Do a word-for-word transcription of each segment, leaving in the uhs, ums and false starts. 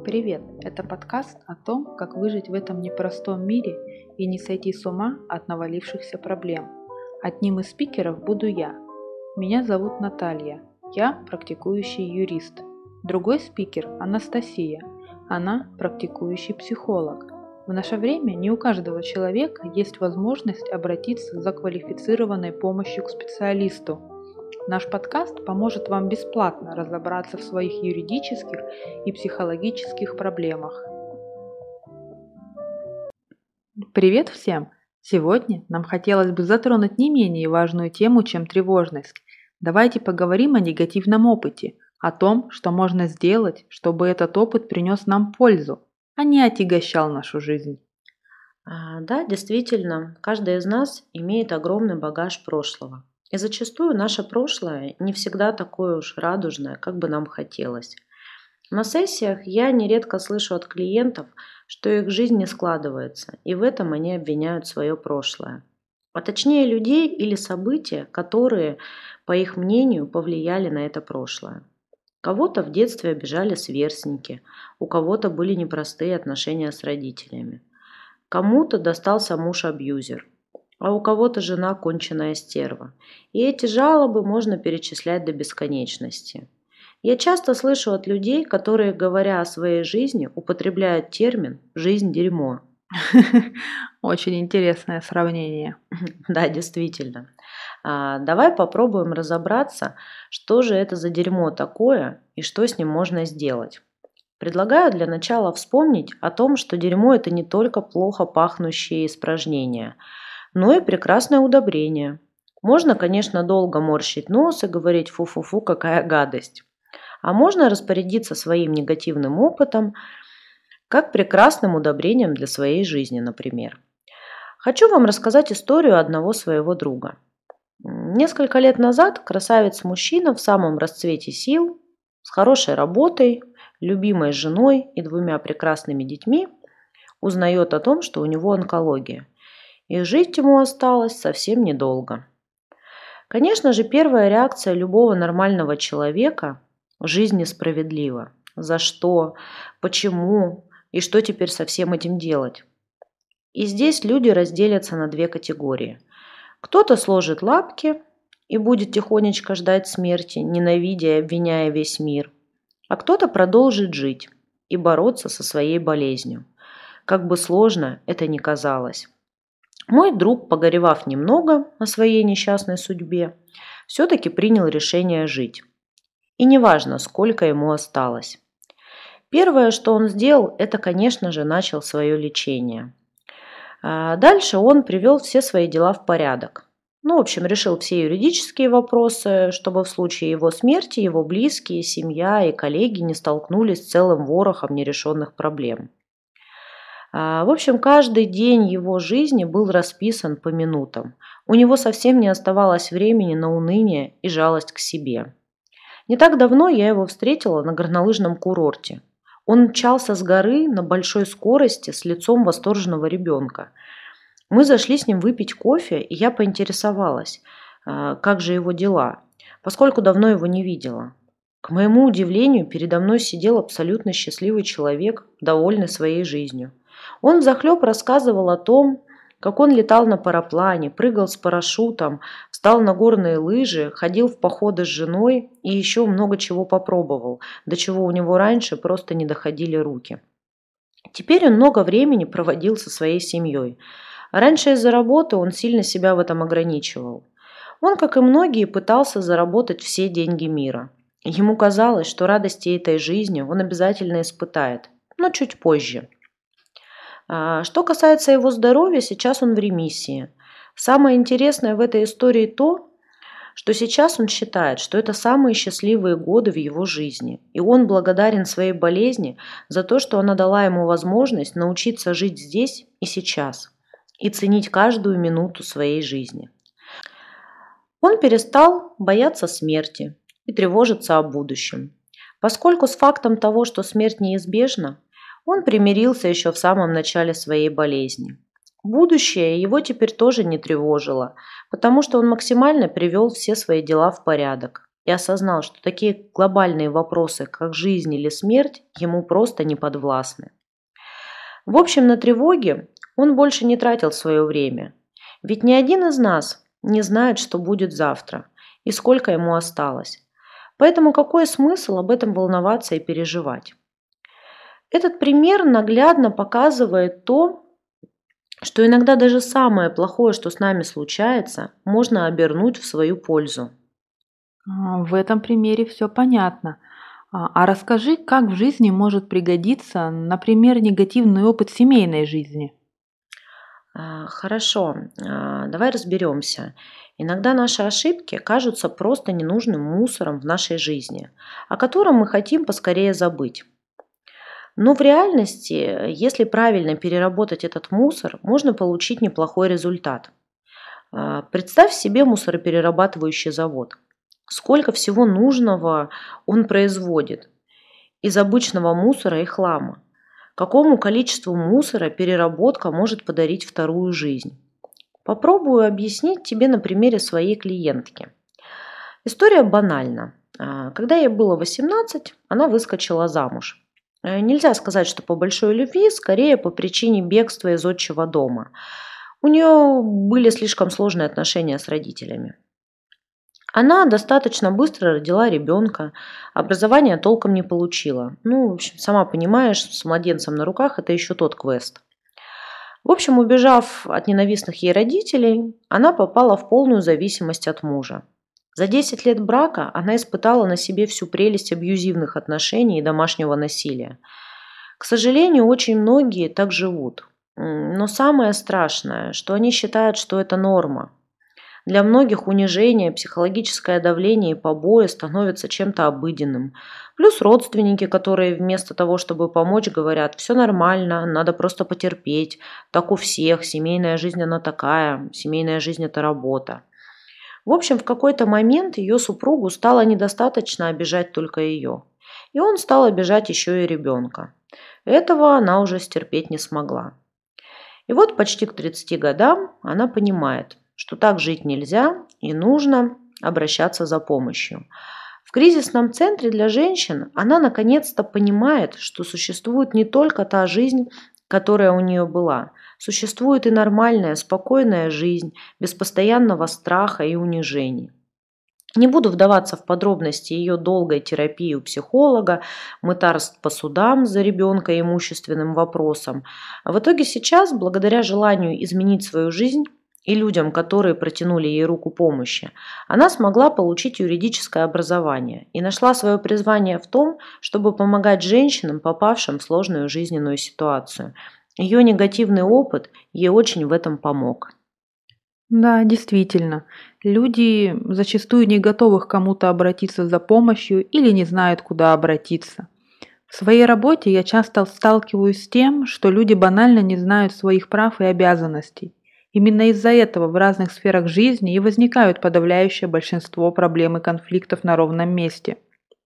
Привет! Это подкаст о том, как выжить в этом непростом мире и не сойти с ума от навалившихся проблем. Одним из спикеров буду я. Меня зовут Наталья. Я практикующий юрист. Другой спикер– Анастасия. Она практикующий психолог. В наше время не у каждого человека есть возможность обратиться за квалифицированной помощью к специалисту. Наш подкаст поможет вам бесплатно разобраться в своих юридических и психологических проблемах. Привет всем! Сегодня нам хотелось бы затронуть не менее важную тему, чем тревожность. Давайте поговорим о негативном опыте, о том, что можно сделать, чтобы этот опыт принес нам пользу, а не отягощал нашу жизнь. Да, действительно, каждый из нас имеет огромный багаж прошлого. И зачастую наше прошлое не всегда такое уж радужное, как бы нам хотелось. На сессиях я нередко слышу от клиентов, что их жизнь не складывается, и в этом они обвиняют свое прошлое. А точнее людей или события, которые, по их мнению, повлияли на это прошлое. Кого-то в детстве обижали сверстники, у кого-то были непростые отношения с родителями. Кому-то достался муж-абьюзер, а у кого-то жена конченая стерва. И эти жалобы можно перечислять до бесконечности. Я часто слышу от людей, которые, говоря о своей жизни, употребляют термин «жизнь дерьмо». Очень интересное сравнение. Да, действительно. А, давай попробуем разобраться, что же это за дерьмо такое и что с ним можно сделать. Предлагаю для начала вспомнить о том, что дерьмо – это не только плохо пахнущие испражнения, но и прекрасное удобрение. Можно, конечно, долго морщить нос и говорить «фу-фу-фу, какая гадость». А можно распорядиться своим негативным опытом как прекрасным удобрением для своей жизни, например. Хочу вам рассказать историю одного своего друга. Несколько лет назад красавец-мужчина в самом расцвете сил, с хорошей работой, любимой женой и двумя прекрасными детьми узнает о том, что у него онкология. И жить ему осталось совсем недолго. Конечно же, первая реакция любого нормального человека – жизнь несправедлива. За что? Почему? И что теперь со всем этим делать? И здесь люди разделятся на две категории. Кто-то сложит лапки и будет тихонечко ждать смерти, ненавидя и обвиняя весь мир. А кто-то продолжит жить и бороться со своей болезнью. Как бы сложно это ни казалось. Мой друг, погоревав немного о своей несчастной судьбе, все-таки принял решение жить. И неважно, сколько ему осталось. Первое, что он сделал, это, конечно же, начал свое лечение. А дальше он привел все свои дела в порядок. Ну, в общем, решил все юридические вопросы, чтобы в случае его смерти его близкие, семья и коллеги не столкнулись с целым ворохом нерешенных проблем. В общем, каждый день его жизни был расписан по минутам. У него совсем не оставалось времени на уныние и жалость к себе. Не так давно я его встретила на горнолыжном курорте. Он мчался с горы на большой скорости с лицом восторженного ребенка. Мы зашли с ним выпить кофе, и я поинтересовалась, как же его дела, поскольку давно его не видела. К моему удивлению, передо мной сидел абсолютно счастливый человек, довольный своей жизнью. Он взахлеб рассказывал о том, как он летал на параплане, прыгал с парашютом, встал на горные лыжи, ходил в походы с женой и еще много чего попробовал, до чего у него раньше просто не доходили руки. Теперь он много времени проводил со своей семьей. Раньше из-за работы он сильно себя в этом ограничивал. Он, как и многие, пытался заработать все деньги мира. Ему казалось, что радости этой жизни он обязательно испытает, но чуть позже. Что касается его здоровья, сейчас он в ремиссии. Самое интересное в этой истории то, что сейчас он считает, что это самые счастливые годы в его жизни. И он благодарен своей болезни за то, что она дала ему возможность научиться жить здесь и сейчас и ценить каждую минуту своей жизни. Он перестал бояться смерти и тревожиться о будущем. Поскольку с фактом того, что смерть неизбежна, он примирился еще в самом начале своей болезни. Будущее его теперь тоже не тревожило, потому что он максимально привел все свои дела в порядок. и осознал, что такие глобальные вопросы, как жизнь или смерть, ему просто не подвластны. В общем, на тревоге он больше не тратил свое время, ведь ни один из нас не знает, что будет завтра и сколько ему осталось. Поэтому какой смысл об этом волноваться и переживать? Этот пример наглядно показывает то, что иногда даже самое плохое, что с нами случается, можно обернуть в свою пользу. А, В этом примере все понятно. А а расскажи, как в жизни может пригодиться, например, негативный опыт семейной жизни? А, Хорошо, а, давай разберемся. Иногда наши ошибки кажутся просто ненужным мусором в нашей жизни, о котором мы хотим поскорее забыть. Но в реальности, если правильно переработать этот мусор, можно получить неплохой результат. А, Представь себе мусороперерабатывающий завод. Сколько всего нужного он производит из обычного мусора и хлама. Какому количеству мусора переработка может подарить вторую жизнь? Попробую объяснить тебе на примере своей клиентки. История банальна. А, Когда ей было восемнадцать, она выскочила замуж. Э, Нельзя сказать, что по большой любви, скорее по причине бегства из отчего дома. У нее были слишком сложные отношения с родителями. Она достаточно быстро родила ребенка, образования толком не получила. Ну, в общем, сама понимаешь, с младенцем на руках это еще тот квест. В общем, убежав от ненавистных ей родителей, она попала в полную зависимость от мужа. За десять лет брака она испытала на себе всю прелесть абьюзивных отношений и домашнего насилия. К сожалению, очень многие так живут. М, Но самое страшное, что они считают, что это норма. Для многих унижение, психологическое давление и побои становятся чем-то обыденным. Плюс родственники, которые вместо того, чтобы помочь, говорят: все нормально, надо просто потерпеть, так у всех, семейная жизнь она такая, семейная жизнь это работа. В общем, в какой-то момент ее супругу стало недостаточно обижать только ее. И он стал обижать еще и ребенка. Этого она уже стерпеть не смогла. И вот почти к тридцати годам она понимает, что так жить нельзя и нужно обращаться за помощью. В кризисном центре для женщин она наконец-то понимает, что существует не только та жизнь, которая у нее была. Существует и нормальная, спокойная жизнь, без постоянного страха и унижений. Не буду вдаваться в подробности ее долгой терапии у психолога, мытарств по судам за ребенка и имущественным вопросом. А в итоге сейчас, благодаря желанию изменить свою жизнь и людям, которые протянули ей руку помощи, она смогла получить юридическое образование и нашла свое призвание в том, чтобы помогать женщинам, попавшим в сложную жизненную ситуацию. Ее негативный опыт ей очень в этом помог. Да, действительно, люди зачастую не готовы к кому-то обратиться за помощью или не знают, куда обратиться. В своей работе я часто сталкиваюсь с тем, что люди банально не знают своих прав и обязанностей. Именно из-за этого в разных сферах жизни и возникают подавляющее большинство проблем и конфликтов на ровном месте.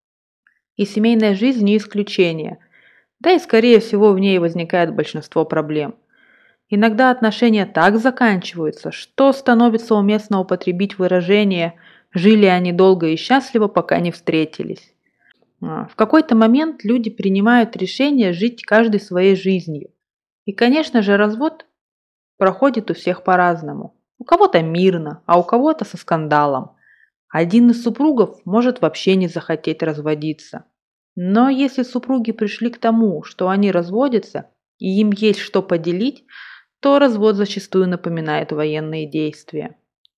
И семейная жизнь не исключение. Да и скорее всего в ней возникает большинство проблем. Иногда отношения так заканчиваются, что становится уместно употребить выражение «жили они долго и счастливо, пока не встретились». А, В какой-то момент люди принимают решение жить каждый своей жизнью. И, конечно же, развод проходит у всех по-разному. У кого-то мирно, а у кого-то со скандалом. Один из супругов может вообще не захотеть разводиться. Но если супруги пришли к тому, что они разводятся, и им есть что поделить, то развод зачастую напоминает военные действия.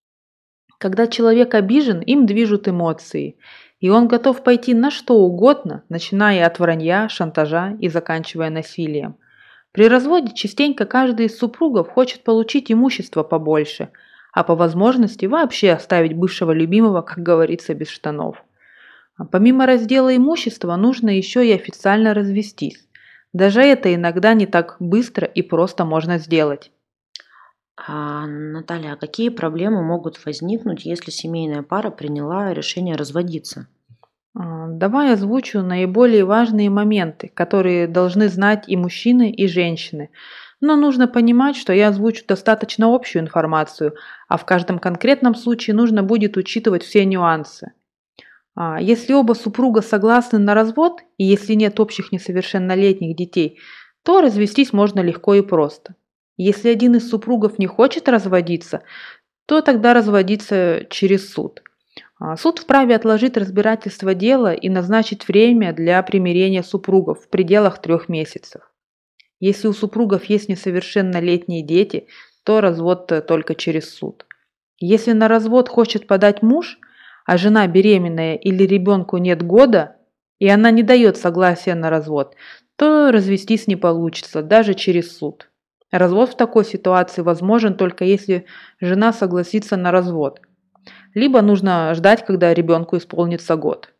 Когда человек обижен, им движут эмоции, и он готов пойти на что угодно, начиная от вранья, шантажа и заканчивая насилием. При разводе частенько каждый из супругов хочет получить имущество побольше, а по возможности вообще оставить бывшего любимого, как говорится, без штанов. А помимо раздела имущества нужно еще и официально развестись. Даже это иногда не так быстро и просто можно сделать. А, Наталья, а какие проблемы могут возникнуть, если семейная пара приняла решение разводиться? А, Давай озвучу наиболее важные моменты, которые должны знать и мужчины, и женщины. Но нужно понимать, что я озвучу достаточно общую информацию, а в каждом конкретном случае нужно будет учитывать все нюансы. А Если оба супруга согласны на развод, и если нет общих несовершеннолетних детей, то развестись можно легко и просто. Если один из супругов не хочет разводиться, то тогда разводиться через суд. А Суд вправе отложить разбирательство дела и назначить время для примирения супругов в пределах трех месяцев. Если у супругов есть несовершеннолетние дети, то развод э, только через суд. Если на развод хочет подать муж, а жена беременная или ребенку нет года, и она не дает согласия на развод, то развестись не получится, даже через суд. Развод в такой ситуации возможен только если жена согласится на развод. Либо нужно ждать, когда ребенку исполнится год.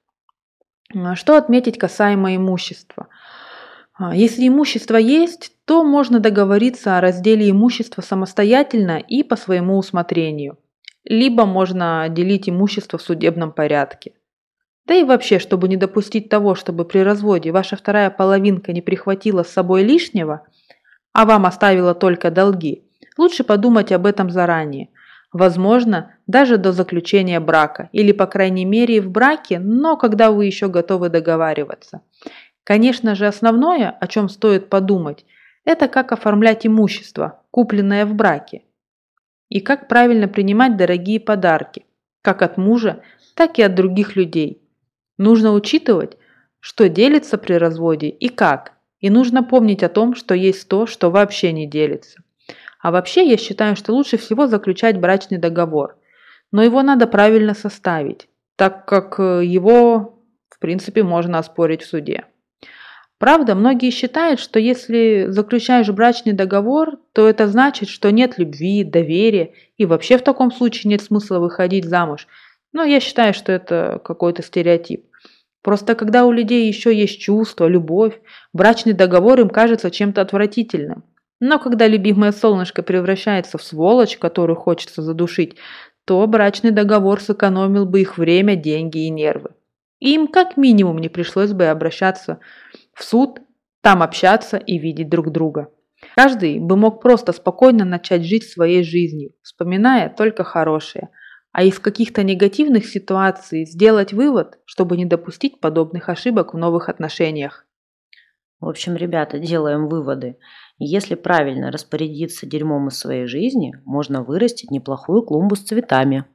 А Что отметить касаемо имущества? А, Если имущество есть, то можно договориться о разделе имущества самостоятельно и по своему усмотрению. Либо можно делить имущество в судебном порядке. Да и вообще, чтобы не допустить того, чтобы при разводе ваша вторая половинка не прихватила с собой лишнего, а вам оставила только долги, лучше подумать об этом заранее. Возможно, даже до заключения брака, или по крайней мере в браке, но когда вы еще готовы договариваться. Конечно же, основное, о чем стоит подумать, это как оформлять имущество, купленное в браке, и как правильно принимать дорогие подарки, как от мужа, так и от других людей. Нужно учитывать, что делится при разводе и как, и нужно помнить о том, что есть то, что вообще не делится. А вообще я считаю, что лучше всего заключать брачный договор, но его надо правильно составить, так как э, его, в принципе, можно оспорить в суде. Правда, многие считают, что если заключаешь брачный договор, то это значит, что нет любви, доверия, и вообще в таком случае нет смысла выходить замуж. Но я считаю, что это какой-то стереотип. Просто когда у людей еще есть чувства, любовь, брачный договор им кажется чем-то отвратительным. Но когда любимое солнышко превращается в сволочь, которую хочется задушить, то брачный договор сэкономил бы их время, деньги и нервы. И им как минимум не пришлось бы обращаться в суд, там общаться и видеть друг друга. Каждый бы мог просто спокойно начать жить своей жизнью, вспоминая только хорошее, а из каких-то негативных ситуаций сделать вывод, чтобы не допустить подобных ошибок в новых отношениях. В общем, ребята, делаем выводы. Если правильно распорядиться дерьмом из своей жизни, можно вырастить неплохую клумбу с цветами.